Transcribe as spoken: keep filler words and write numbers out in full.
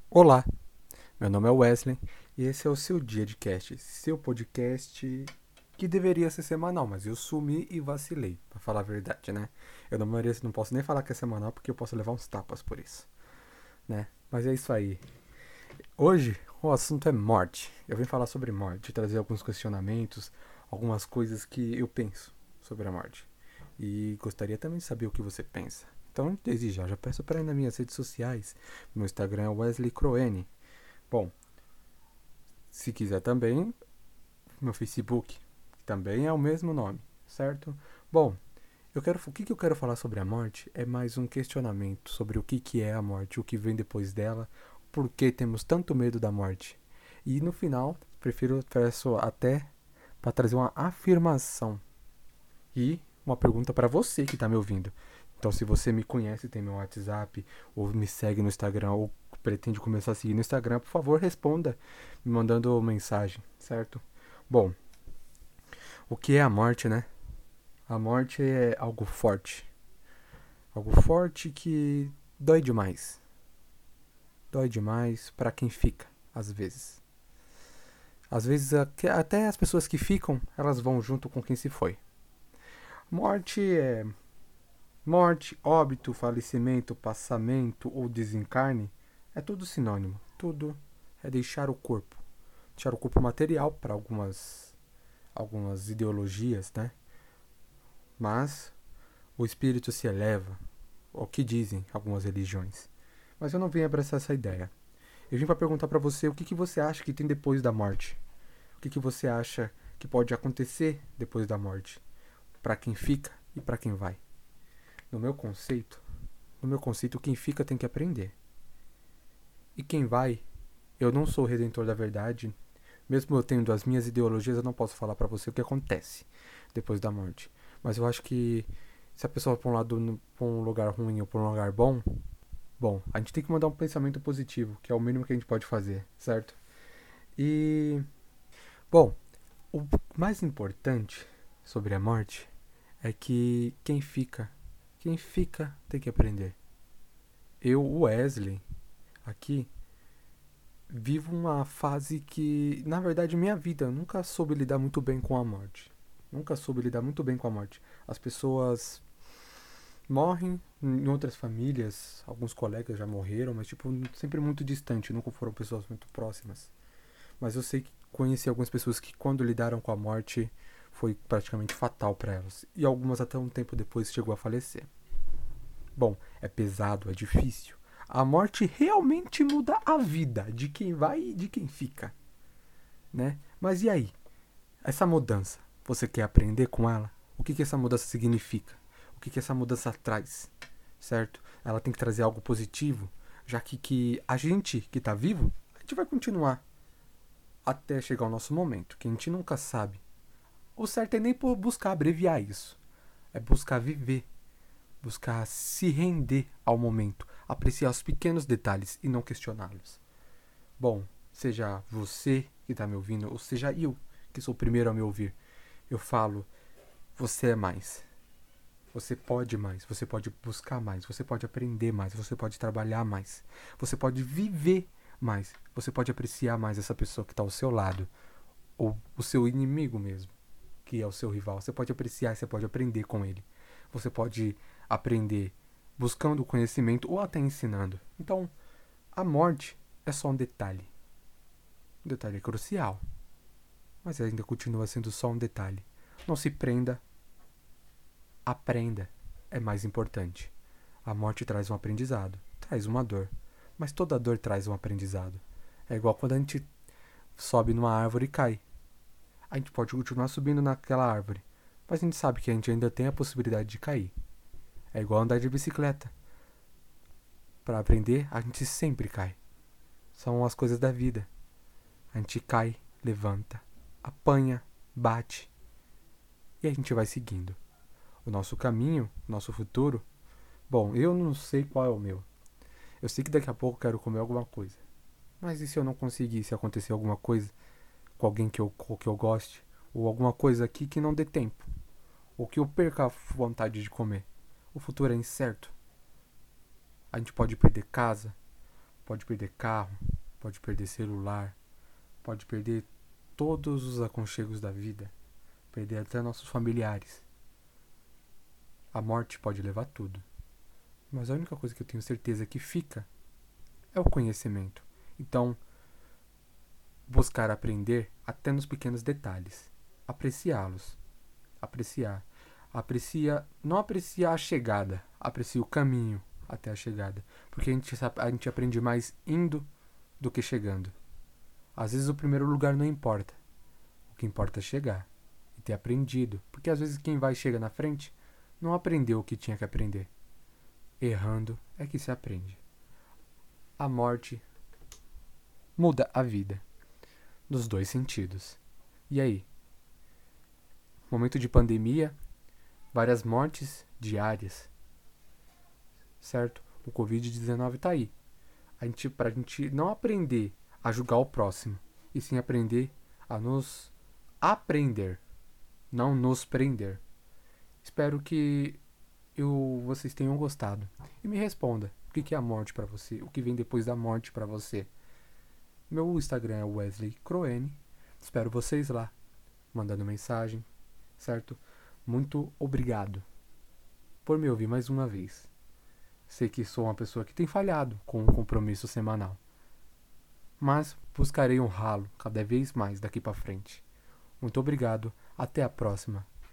Olá, meu nome é Wesley e esse é o seu dia de cast, seu podcast que deveria ser semanal, mas eu sumi e vacilei, pra falar a verdade, né? Eu não mereço, não posso nem falar que é semanal porque eu posso levar uns tapas por isso, né? Mas é isso aí. Hoje o assunto é morte. Eu vim falar sobre morte, trazer alguns questionamentos, algumas coisas que eu penso sobre a morte. E gostaria também de saber o que você pensa. Então, desde já, já peço para ir nas minhas redes sociais. Meu Instagram é Wesley Croene. Bom, se quiser também, meu Facebook, que também é o mesmo nome, certo? Bom, eu quero, o que, que eu quero falar sobre a morte é mais um questionamento sobre o que, que é a morte, o que vem depois dela, por que temos tanto medo da morte. E no final, prefiro peço até para trazer uma afirmação e uma pergunta para você que está me ouvindo. Então, se você me conhece, tem meu WhatsApp, ou me segue no Instagram, ou pretende começar a seguir no Instagram, por favor, responda me mandando mensagem, certo? Bom, o que é a morte, né? A morte é algo forte. Algo forte que dói demais. Dói demais para quem fica, às vezes. Às vezes, até as pessoas que ficam, elas vão junto com quem se foi. Morte é Morte, óbito, falecimento, passamento ou desencarne é tudo sinônimo. Tudo é deixar o corpo. Deixar o corpo material para algumas, algumas ideologias, né? Mas o espírito se eleva, o que dizem algumas religiões. Mas eu não vim abraçar essa ideia. Eu vim para perguntar para você o que, que você acha que tem depois da morte. O que, que você acha que pode acontecer depois da morte. Para quem fica e para quem vai. No meu conceito, no meu conceito, quem fica tem que aprender. E quem vai, eu não sou o redentor da verdade. Mesmo eu tendo as minhas ideologias, eu não posso falar para você o que acontece depois da morte. Mas eu acho que se a pessoa for um lado pra um lugar ruim ou pra um lugar bom, bom, a gente tem que mandar um pensamento positivo, que é o mínimo que a gente pode fazer, certo? E bom, o mais importante sobre a morte é que quem fica, quem fica tem que aprender. Eu, Wesley, aqui vivo uma fase que, na verdade, minha vida eu nunca soube lidar muito bem com a morte. Nunca soube lidar muito bem com a morte. As pessoas morrem em outras famílias, alguns colegas já morreram, mas tipo, sempre muito distante, nunca foram pessoas muito próximas. Mas eu sei que conheci algumas pessoas que quando lidaram com a morte foi praticamente fatal para elas. E algumas até um tempo depois chegou a falecer. Bom, é pesado, é difícil. A morte realmente muda a vida de quem vai e de quem fica, né? Mas e aí? Essa mudança, você quer aprender com ela? O que, que essa mudança significa? O que, que essa mudança traz? Certo? Ela tem que trazer algo positivo, já que, que a gente que está vivo, a gente vai continuar até chegar o nosso momento, que a gente nunca sabe. O certo é nem buscar abreviar isso, é buscar viver, buscar se render ao momento, apreciar os pequenos detalhes e não questioná-los. Bom, seja você que está me ouvindo, ou seja eu, que sou o primeiro a me ouvir, eu falo, você é mais. Você pode mais, você pode buscar mais, você pode aprender mais, você pode trabalhar mais, você pode viver mais, você pode apreciar mais essa pessoa que está ao seu lado, ou o seu inimigo mesmo, que é o seu rival. Você pode apreciar, você pode aprender com ele. Você pode aprender buscando conhecimento ou até ensinando. Então, a morte é só um detalhe. Um detalhe crucial, mas ainda continua sendo só um detalhe. Não se prenda, aprenda. É mais importante. A morte traz um aprendizado, traz uma dor, mas toda dor traz um aprendizado. É igual quando a gente sobe numa árvore e cai. A gente pode continuar subindo naquela árvore, mas a gente sabe que a gente ainda tem a possibilidade de cair. É igual andar de bicicleta. Para aprender, a gente sempre cai. São as coisas da vida. A gente cai, levanta, apanha, bate e a gente vai seguindo. O nosso caminho, nosso futuro. Bom, eu não sei qual é o meu. Eu sei que daqui a pouco eu quero comer alguma coisa. Mas e se eu não conseguir, se acontecer alguma coisa com alguém que eu, que eu goste? Ou alguma coisa aqui que não dê tempo? Ou que eu perca a vontade de comer? O futuro é incerto. A gente pode perder casa, pode perder carro, pode perder celular, pode perder todos os aconchegos da vida, perder até nossos familiares. A morte pode levar tudo. Mas a única coisa que eu tenho certeza que fica é o conhecimento. Então, buscar aprender até nos pequenos detalhes. Apreciá-los. Apreciar. Aprecia, não aprecia a chegada, aprecia o caminho até a chegada. Porque a gente, a gente aprende mais indo do que chegando. Às vezes o primeiro lugar não importa. O que importa é chegar e ter aprendido. Porque às vezes quem vai e chega na frente não aprendeu o que tinha que aprender. Errando é que se aprende. A morte muda a vida. Nos dois sentidos. E aí? Momento de pandemia, várias mortes diárias. Certo? O covid dezenove tá aí. A gente, pra gente não aprender a julgar o próximo, e sim aprender a nos aprender, não nos prender. Espero que eu, vocês tenham gostado. E me responda, o que é a morte pra você? O que vem depois da morte pra você? Meu Instagram é Wesley Croene. Espero vocês lá, mandando mensagem, certo? Muito obrigado por me ouvir mais uma vez. Sei que sou uma pessoa que tem falhado com um compromisso semanal, mas buscarei honrá-lo cada vez mais daqui pra frente. Muito obrigado, até a próxima.